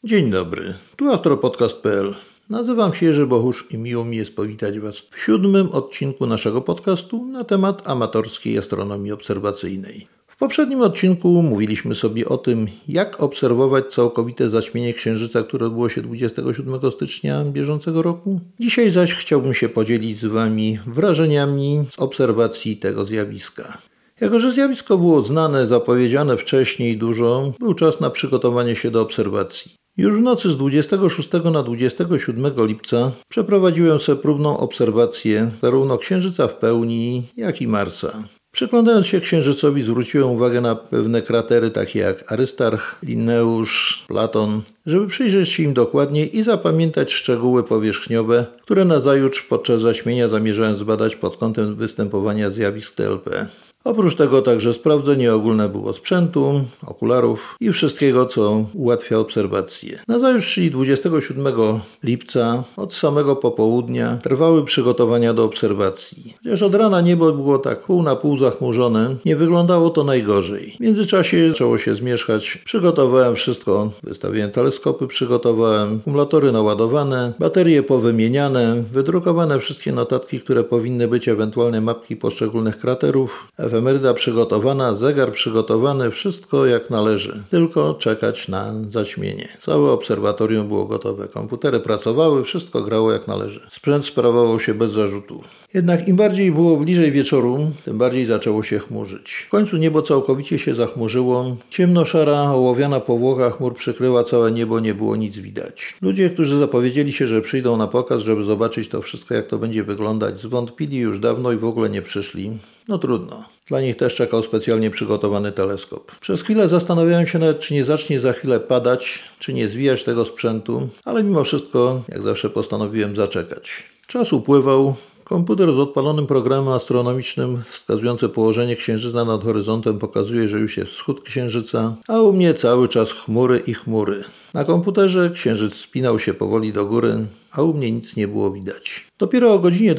Dzień dobry, tu astropodcast.pl. Nazywam się Jerzy Bohusz i miło mi jest powitać Was w 7. odcinku naszego podcastu na temat amatorskiej astronomii obserwacyjnej. W poprzednim odcinku mówiliśmy sobie o tym, jak obserwować całkowite zaćmienie Księżyca, które odbyło się 27 stycznia bieżącego roku. Dzisiaj zaś chciałbym się podzielić z Wami wrażeniami z obserwacji tego zjawiska. Jako że zjawisko było znane, zapowiedziane wcześniej dużo, był czas na przygotowanie się do obserwacji. Już w nocy z 26 na 27 lipca przeprowadziłem sobie próbną obserwację zarówno Księżyca w pełni, jak i Marsa. Przyglądając się Księżycowi zwróciłem uwagę na pewne kratery takie jak Arystarch, Linneusz, Platon, żeby przyjrzeć się im dokładniej i zapamiętać szczegóły powierzchniowe, które nazajutrz podczas zaćmienia zamierzałem zbadać pod kątem występowania zjawisk TLP. Oprócz tego także sprawdzenie ogólne było sprzętu, okularów i wszystkiego, co ułatwia obserwacje. Nazajutrz, czyli 27 lipca, od samego popołudnia trwały przygotowania do obserwacji. Chociaż od rana niebo było tak pół na pół zachmurzone, nie wyglądało to najgorzej. W międzyczasie zaczęło się zmierzchać. Przygotowałem wszystko, wystawiłem teleskopy, przygotowałem akumulatory naładowane, baterie powymieniane, wydrukowane wszystkie notatki, które powinny być, ewentualne mapki poszczególnych kraterów. Efemeryda przygotowana, zegar przygotowany, wszystko jak należy. Tylko czekać na zaćmienie. Całe obserwatorium było gotowe. Komputery pracowały, wszystko grało jak należy. Sprzęt sprawował się bez zarzutu. Jednak im bardziej było bliżej wieczoru, tym bardziej zaczęło się chmurzyć. W końcu niebo całkowicie się zachmurzyło. Ciemnoszara, ołowiana powłoka chmur przykryła całe niebo, nie było nic widać. Ludzie, którzy zapowiedzieli się, że przyjdą na pokaz, żeby zobaczyć to wszystko, jak to będzie wyglądać, zwątpili już dawno i w ogóle nie przyszli. No trudno. Dla nich też czekał specjalnie przygotowany teleskop. Przez chwilę zastanawiałem się nawet, czy nie zacznie za chwilę padać, czy nie zwijać tego sprzętu, ale mimo wszystko, jak zawsze postanowiłem zaczekać. Czas upływał. Komputer z odpalonym programem astronomicznym wskazujący położenie Księżyca nad horyzontem pokazuje, że już jest wschód Księżyca, a u mnie cały czas chmury i chmury. Na komputerze Księżyc spinał się powoli do góry, a u mnie nic nie było widać. Dopiero o godzinie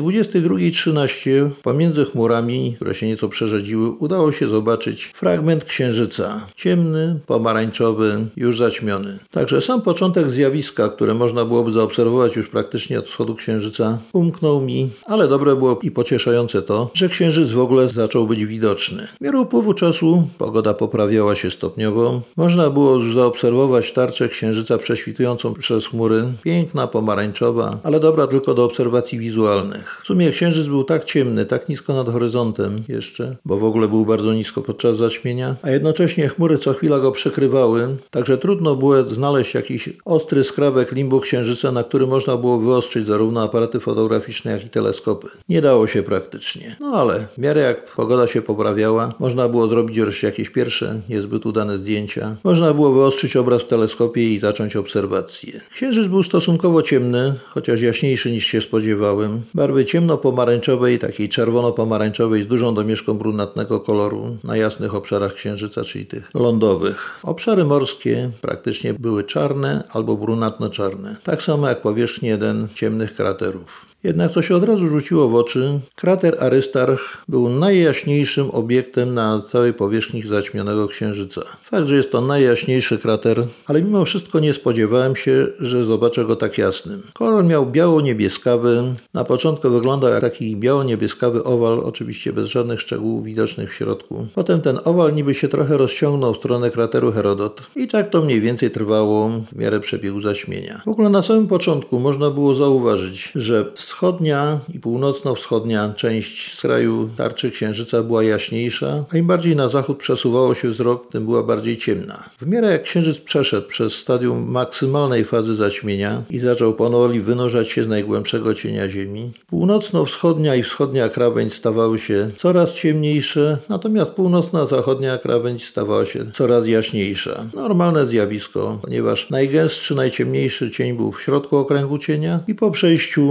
22:13 pomiędzy chmurami, które się nieco przerzedziły, udało się zobaczyć fragment Księżyca. Ciemny, pomarańczowy, już zaćmiony. Także sam początek zjawiska, które można byłoby zaobserwować już praktycznie od wschodu Księżyca, umknął mi, ale dobre było i pocieszające to, że Księżyc w ogóle zaczął być widoczny. W miarę upływu czasu pogoda poprawiała się stopniowo. Można było już zaobserwować tarczę Księżyca prześwitującą przez chmury. Piękna, pomarańczowa, ale dobra tylko do obserwacji wizualnych. W sumie Księżyc był tak ciemny, tak nisko nad horyzontem jeszcze, bo w ogóle był bardzo nisko podczas zaćmienia, a jednocześnie chmury co chwila go przykrywały, także trudno było znaleźć jakiś ostry skrawek limbu Księżyca, na który można było wyostrzyć zarówno aparaty fotograficzne, jak i teleskopy. Nie dało się praktycznie. No ale w miarę jak pogoda się poprawiała, można było zrobić wreszcie jakieś pierwsze, niezbyt udane zdjęcia. Można było wyostrzyć obraz w teleskopie i zacząć obserwację. Księżyc był stosunkowo ciemny, chociaż jaśniejszy niż się spodziewałem. Barwy ciemno-pomarańczowej, takiej czerwono-pomarańczowej z dużą domieszką brunatnego koloru na jasnych obszarach Księżyca, czyli tych lądowych. Obszary morskie praktycznie były czarne albo brunatno-czarne. Tak samo jak powierzchnie ciemnych kraterów. Jednak co się od razu rzuciło w oczy, krater Arystarch był najjaśniejszym obiektem na całej powierzchni zaćmionego Księżyca. Fakt, że jest to najjaśniejszy krater, ale mimo wszystko nie spodziewałem się, że zobaczę go tak jasnym. Kolor miał biało-niebieskawy, na początku wyglądał jak taki biało-niebieskawy owal, oczywiście bez żadnych szczegółów widocznych w środku. Potem ten owal niby się trochę rozciągnął w stronę krateru Herodot i tak to mniej więcej trwało w miarę przebiegu zaćmienia. W ogóle na samym początku można było zauważyć, że wschodnia i północno-wschodnia część kraju tarczy Księżyca była jaśniejsza, a im bardziej na zachód przesuwało się wzrok, tym była bardziej ciemna. W miarę jak Księżyc przeszedł przez stadium maksymalnej fazy zaćmienia i zaczął powoli wynurzać się z najgłębszego cienia Ziemi, północno-wschodnia i wschodnia krawędź stawały się coraz ciemniejsze, natomiast północno-zachodnia krawędź stawała się coraz jaśniejsza. Normalne zjawisko, ponieważ najgęstszy, najciemniejszy cień był w środku okręgu cienia i po przejściu po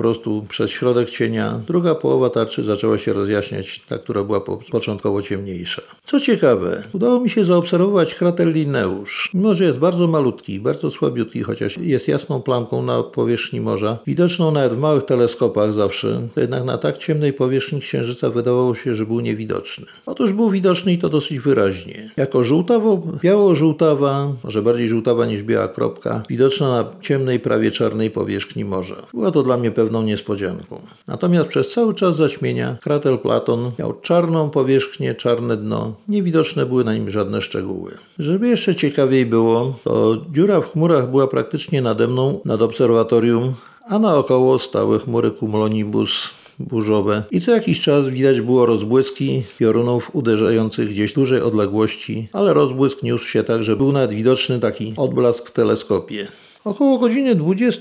prostu przez środek cienia, druga połowa tarczy zaczęła się rozjaśniać, ta, która była początkowo ciemniejsza. Co ciekawe, udało mi się zaobserwować krater Linneusz. Mimo że jest bardzo malutki, bardzo słabiutki, chociaż jest jasną plamką na powierzchni morza, widoczną nawet w małych teleskopach zawsze, to jednak na tak ciemnej powierzchni Księżyca wydawało się, że był niewidoczny. Otóż był widoczny i to dosyć wyraźnie. Jako biało-żółtawa, może bardziej żółtawa niż biała kropka, widoczna na ciemnej, prawie czarnej powierzchni morza. Była to dla mnie pewną niespodzianką. Natomiast przez cały czas zaćmienia krater Platon miał czarną powierzchnię, czarne dno, niewidoczne były na nim żadne szczegóły. Żeby jeszcze ciekawiej było, to dziura w chmurach była praktycznie nade mną, nad obserwatorium, a naokoło stały chmury cumulonimbus burzowe i co jakiś czas widać było rozbłyski piorunów uderzających gdzieś dużej odległości, ale rozbłysk niósł się tak, że był nawet widoczny taki odblask w teleskopie. Około godziny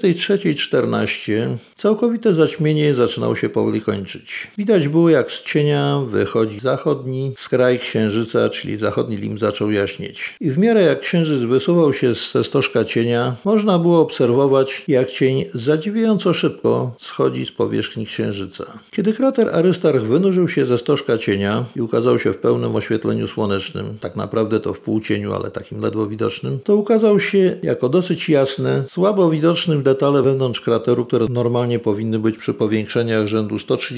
23:14 całkowite zaćmienie zaczynało się powoli kończyć. Widać było, jak z cienia wychodzi zachodni skraj księżyca, czyli zachodni lim zaczął jaśnieć. I w miarę jak księżyc wysuwał się ze stożka cienia, można było obserwować, jak cień zadziwiająco szybko schodzi z powierzchni księżyca. Kiedy krater Arystarch wynurzył się ze stożka cienia i ukazał się w pełnym oświetleniu słonecznym, tak naprawdę to w półcieniu, ale takim ledwo widocznym, to ukazał się jako dosyć jasny, słabo widocznym detale wewnątrz krateru, które normalnie powinny być przy powiększeniach rzędu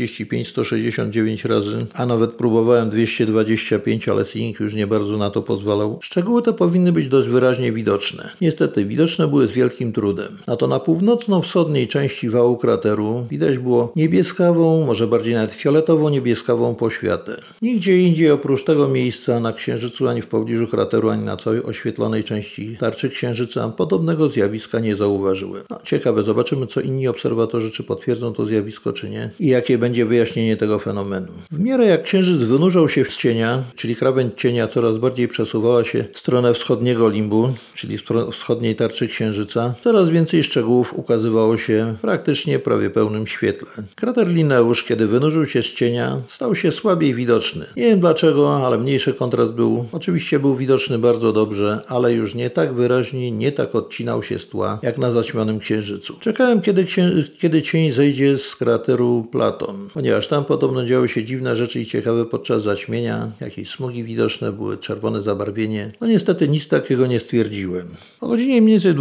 135-169 razy, a nawet próbowałem 225, ale Seeing już nie bardzo na to pozwalał. Szczegóły te powinny być dość wyraźnie widoczne. Niestety, widoczne były z wielkim trudem. Na to na północno-wschodniej części wału krateru widać było niebieskawą, może bardziej nawet fioletowo-niebieskawą poświatę. Nigdzie indziej oprócz tego miejsca na Księżycu, ani w pobliżu krateru, ani na całej oświetlonej części tarczy Księżyca podobnego zjawiska nie zauważyłem. Ciekawe, zobaczymy, co inni obserwatorzy, czy potwierdzą to zjawisko, czy nie i jakie będzie wyjaśnienie tego fenomenu. W miarę jak księżyc wynurzał się z cienia, czyli krawędź cienia coraz bardziej przesuwała się w stronę wschodniego limbu, czyli wschodniej tarczy księżyca, coraz więcej szczegółów ukazywało się praktycznie prawie pełnym świetle. Krater Linneusz, kiedy wynurzył się z cienia, stał się słabiej widoczny. Nie wiem dlaczego, ale mniejszy kontrast był. Oczywiście był widoczny bardzo dobrze, ale już nie tak wyraźnie, nie tak odcinał się z tła, jak na zaćmionym księżycu. Czekałem, kiedy cień zejdzie z krateru Platon, ponieważ tam podobno działy się dziwne rzeczy i ciekawe podczas zaćmienia. Jakieś smugi widoczne, były czerwone zabarwienie. Niestety nic takiego nie stwierdziłem. O godzinie mniej więcej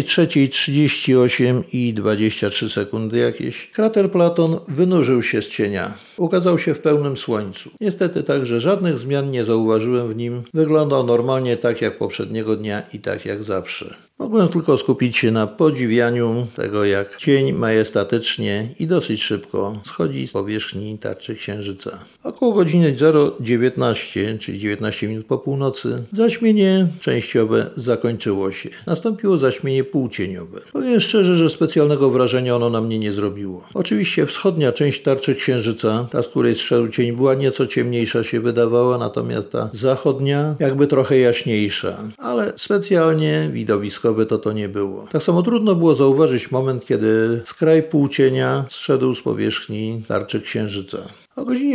23:38 i 23 sekundy jakieś, krater Platon wynurzył się z cienia. Ukazał się w pełnym słońcu. Niestety także żadnych zmian nie zauważyłem w nim. Wyglądał normalnie tak jak poprzedniego dnia i tak jak zawsze. Mogłem tylko skupić się na podziwianiu tego, jak cień majestatycznie i dosyć szybko schodzi z powierzchni tarczy księżyca. Około godziny 0:19, czyli 19 minut po północy, zaćmienie częściowe zakończyło się. Nastąpiło zaćmienie półcieniowe. Powiem szczerze, że specjalnego wrażenia ono na mnie nie zrobiło. Oczywiście wschodnia część tarczy księżyca, ta, z której zszedł cień, była nieco ciemniejsza się wydawała, natomiast ta zachodnia jakby trochę jaśniejsza, ale specjalnie widowiskowe to nie było. Tak samo trudno było zauważyć moment, kiedy skraj półcienia zszedł z powierzchni tarczy księżyca. O godzinie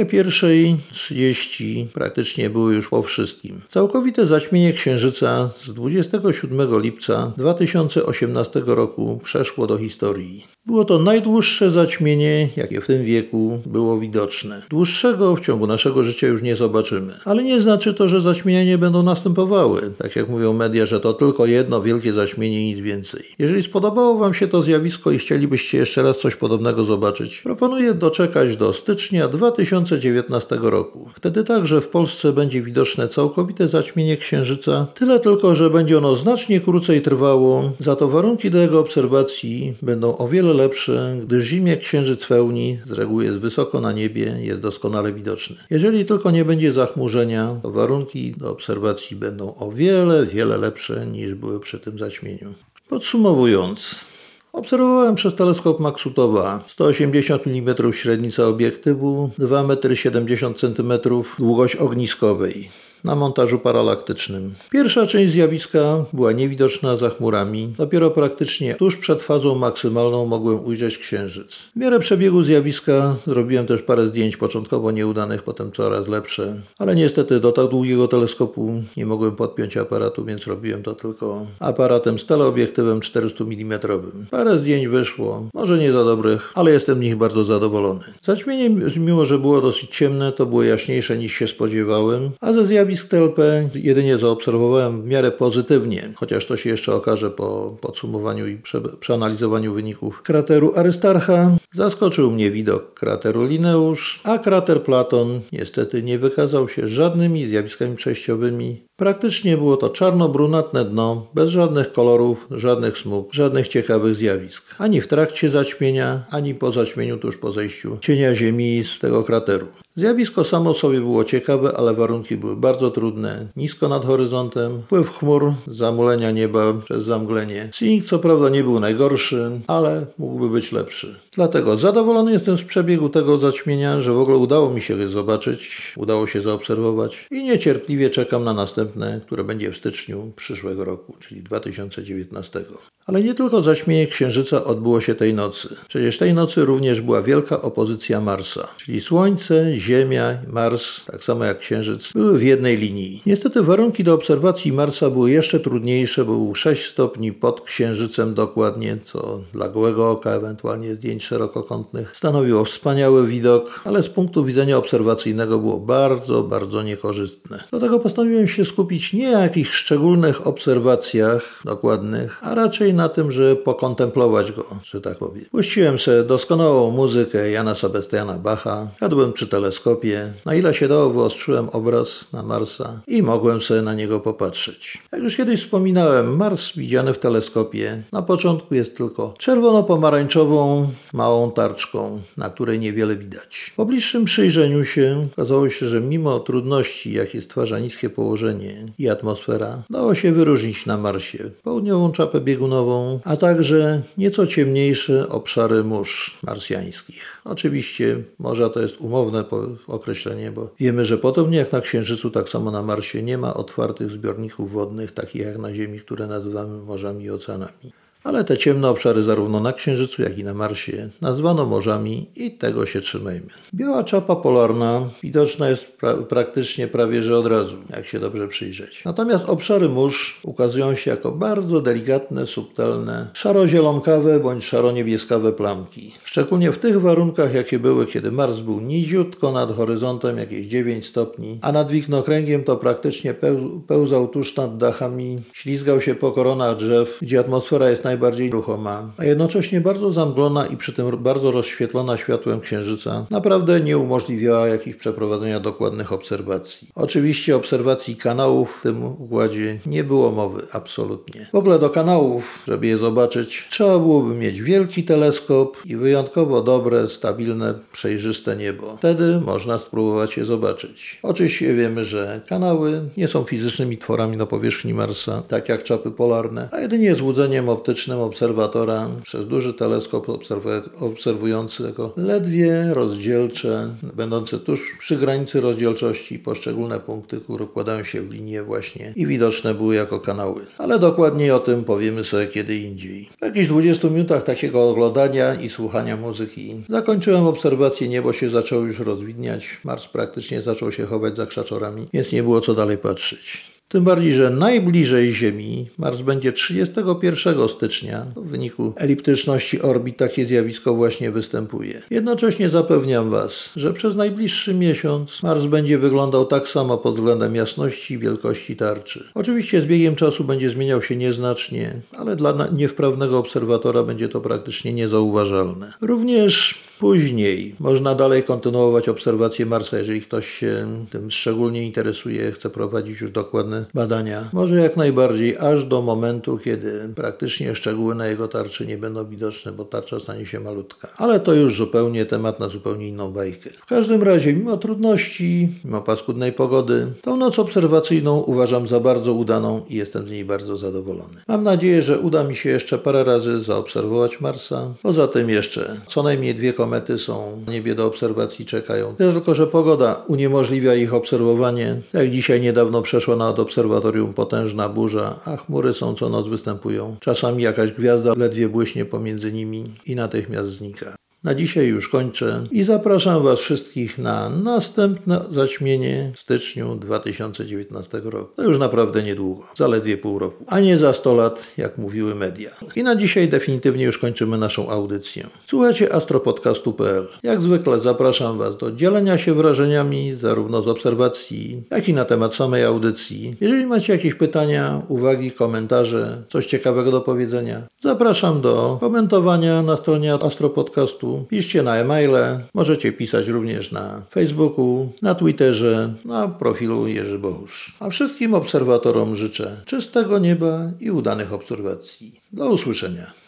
1:30 praktycznie było już po wszystkim. Całkowite zaćmienie księżyca z 27 lipca 2018 roku przeszło do historii. Było to najdłuższe zaćmienie, jakie w tym wieku było widoczne. Dłuższego w ciągu naszego życia już nie zobaczymy. Ale nie znaczy to, że zaćmienia nie będą następowały. Tak jak mówią media, że to tylko jedno wielkie zaćmienie i nic więcej. Jeżeli spodobało Wam się to zjawisko i chcielibyście jeszcze raz coś podobnego zobaczyć, proponuję doczekać do stycznia 2019 roku. Wtedy także w Polsce będzie widoczne całkowite zaćmienie księżyca. Tyle tylko, że będzie ono znacznie krócej trwało. Za to warunki do jego obserwacji będą o wiele lepsze, gdyż w zimie księżyc w pełni z reguły jest wysoko na niebie, jest doskonale widoczny. Jeżeli tylko nie będzie zachmurzenia, to warunki do obserwacji będą o wiele lepsze niż były przy tym zaćmieniu. Podsumowując, obserwowałem przez teleskop Maksutowa 180 mm średnica obiektywu, 2,70 m długość ogniskowej. na montażu paralaktycznym. Pierwsza część zjawiska była niewidoczna za chmurami. Dopiero praktycznie tuż przed fazą maksymalną mogłem ujrzeć księżyc. W miarę przebiegu zjawiska zrobiłem też parę zdjęć, początkowo nieudanych, potem coraz lepsze. Ale niestety do tak długiego teleskopu nie mogłem podpiąć aparatu, więc robiłem to tylko aparatem z teleobiektywem 400 mm. Parę zdjęć wyszło, może nie za dobrych, ale jestem z nich bardzo zadowolony. Zaćmienie, mimo że było dosyć ciemne, to było jaśniejsze niż się spodziewałem, a ze zjawisk TLP jedynie zaobserwowałem w miarę pozytywnie, chociaż to się jeszcze okaże po podsumowaniu i przeanalizowaniu wyników krateru Arystarcha. Zaskoczył mnie widok krateru Lineusz, a krater Platon niestety nie wykazał się żadnymi zjawiskami przejściowymi. Praktycznie było to czarno-brunatne dno, bez żadnych kolorów, żadnych smug, żadnych ciekawych zjawisk. Ani w trakcie zaćmienia, ani po zaćmieniu tuż po zejściu cienia Ziemi z tego krateru. Zjawisko samo w sobie było ciekawe, ale warunki były bardzo trudne. Nisko nad horyzontem, wpływ chmur, zamulenia nieba przez zamglenie. Seeing co prawda nie był najgorszy, ale mógłby być lepszy. Dlatego zadowolony jestem z przebiegu tego zaćmienia, że w ogóle udało mi się je zobaczyć, udało się zaobserwować i niecierpliwie czekam na następne, które będzie w styczniu przyszłego roku, czyli 2019. Ale nie tylko zaćmienie Księżyca odbyło się tej nocy. Przecież tej nocy również była wielka opozycja Marsa, czyli Słońce, Ziemia, Mars, tak samo jak Księżyc, były w jednej linii. Niestety warunki do obserwacji Marsa były jeszcze trudniejsze, bo był 6 stopni pod Księżycem dokładnie, co dla gołego oka, ewentualnie zdjęć szerokokątnych, stanowiło wspaniały widok, ale z punktu widzenia obserwacyjnego było bardzo, bardzo niekorzystne. Dlatego postanowiłem się skupić nie na jakichś szczególnych obserwacjach dokładnych, a raczej na tym, żeby pokontemplować go, że tak powiem. Puściłem sobie doskonałą muzykę Jana Sebastiana Bacha, jadłem przy teleskopie, na ile się dało wyostrzyłem obraz na Marsa i mogłem sobie na niego popatrzeć. Jak już kiedyś wspominałem, Mars widziany w teleskopie na początku jest tylko czerwono-pomarańczową, małą tarczką, na której niewiele widać. Po bliższym przyjrzeniu się okazało się, że mimo trudności, jakie stwarza niskie położenie i atmosfera, dało się wyróżnić na Marsie południową czapę biegunową, a także nieco ciemniejsze obszary mórz marsjańskich. Oczywiście morza to jest umowne określenie, bo wiemy, że podobnie jak na Księżycu, tak samo na Marsie nie ma otwartych zbiorników wodnych, takich jak na Ziemi, które nazywamy morzami i oceanami. Ale te ciemne obszary zarówno na Księżycu, jak i na Marsie nazwano morzami i tego się trzymajmy. Biała czapa polarna widoczna jest praktycznie prawie że od razu, jak się dobrze przyjrzeć. Natomiast obszary mórz ukazują się jako bardzo delikatne, subtelne, szaro-zielonkawe bądź szaro-niebieskawe plamki. Szczególnie w tych warunkach, jakie były, kiedy Mars był niziutko nad horyzontem, jakieś 9 stopni, a nad widnokręgiem to praktycznie pełzał tuż nad dachami, ślizgał się po koronach drzew, gdzie atmosfera jest najbardziej ruchoma, a jednocześnie bardzo zamglona i przy tym bardzo rozświetlona światłem Księżyca, naprawdę nie umożliwiała jakichś przeprowadzenia dokładnych obserwacji. Oczywiście obserwacji kanałów w tym układzie nie było mowy, absolutnie. W ogóle do kanałów, żeby je zobaczyć, trzeba byłoby mieć wielki teleskop i wyjątkowo dobre, stabilne, przejrzyste niebo. Wtedy można spróbować je zobaczyć. Oczywiście wiemy, że kanały nie są fizycznymi tworami na powierzchni Marsa, tak jak czapy polarne, a jedynie złudzeniem optycznym obserwatora przez duży teleskop obserwujący jako ledwie rozdzielcze, będące tuż przy granicy rozdzielczości poszczególne punkty, które układają się w linię właśnie i widoczne były jako kanały. Ale dokładniej o tym powiemy sobie kiedy indziej. W jakichś 20 minutach takiego oglądania i słuchania muzyki zakończyłem obserwację, niebo się zaczęło już rozwidniać, Mars praktycznie zaczął się chować za krzaczorami, więc nie było co dalej patrzeć. Tym bardziej, że najbliżej Ziemi Mars będzie 31 stycznia. W wyniku eliptyczności orbit takie zjawisko właśnie występuje. Jednocześnie zapewniam Was, że przez najbliższy miesiąc Mars będzie wyglądał tak samo pod względem jasności i wielkości tarczy. Oczywiście z biegiem czasu będzie zmieniał się nieznacznie, ale dla niewprawnego obserwatora będzie to praktycznie niezauważalne. Również później można dalej kontynuować obserwację Marsa, jeżeli ktoś się tym szczególnie interesuje, chce prowadzić już dokładne badania. Może jak najbardziej, aż do momentu, kiedy praktycznie szczegóły na jego tarczy nie będą widoczne, bo tarcza stanie się malutka. Ale to już zupełnie temat na zupełnie inną bajkę. W każdym razie, mimo trudności, mimo paskudnej pogody, tą noc obserwacyjną uważam za bardzo udaną i jestem z niej bardzo zadowolony. Mam nadzieję, że uda mi się jeszcze parę razy zaobserwować Marsa. Poza tym jeszcze co najmniej 2 komety komety są w niebie do obserwacji, czekają. Tylko że pogoda uniemożliwia ich obserwowanie. Jak dzisiaj niedawno przeszła nad obserwatorium potężna burza, a chmury są co noc występują. Czasami jakaś gwiazda ledwie błyśnie pomiędzy nimi i natychmiast znika. Na dzisiaj już kończę i zapraszam Was wszystkich na następne zaćmienie w styczniu 2019 roku. To już naprawdę niedługo, zaledwie pół roku, a nie za 100 lat, jak mówiły media. I na dzisiaj definitywnie już kończymy naszą audycję. Słuchajcie astropodcastu.pl. Jak zwykle zapraszam Was do dzielenia się wrażeniami zarówno z obserwacji, jak i na temat samej audycji. Jeżeli macie jakieś pytania, uwagi, komentarze, coś ciekawego do powiedzenia, zapraszam do komentowania na stronie Astropodcastu. Piszcie na e-maile, możecie pisać również na Facebooku, na Twitterze, na profilu Jerzy Bohusz. A wszystkim obserwatorom życzę czystego nieba i udanych obserwacji. Do usłyszenia.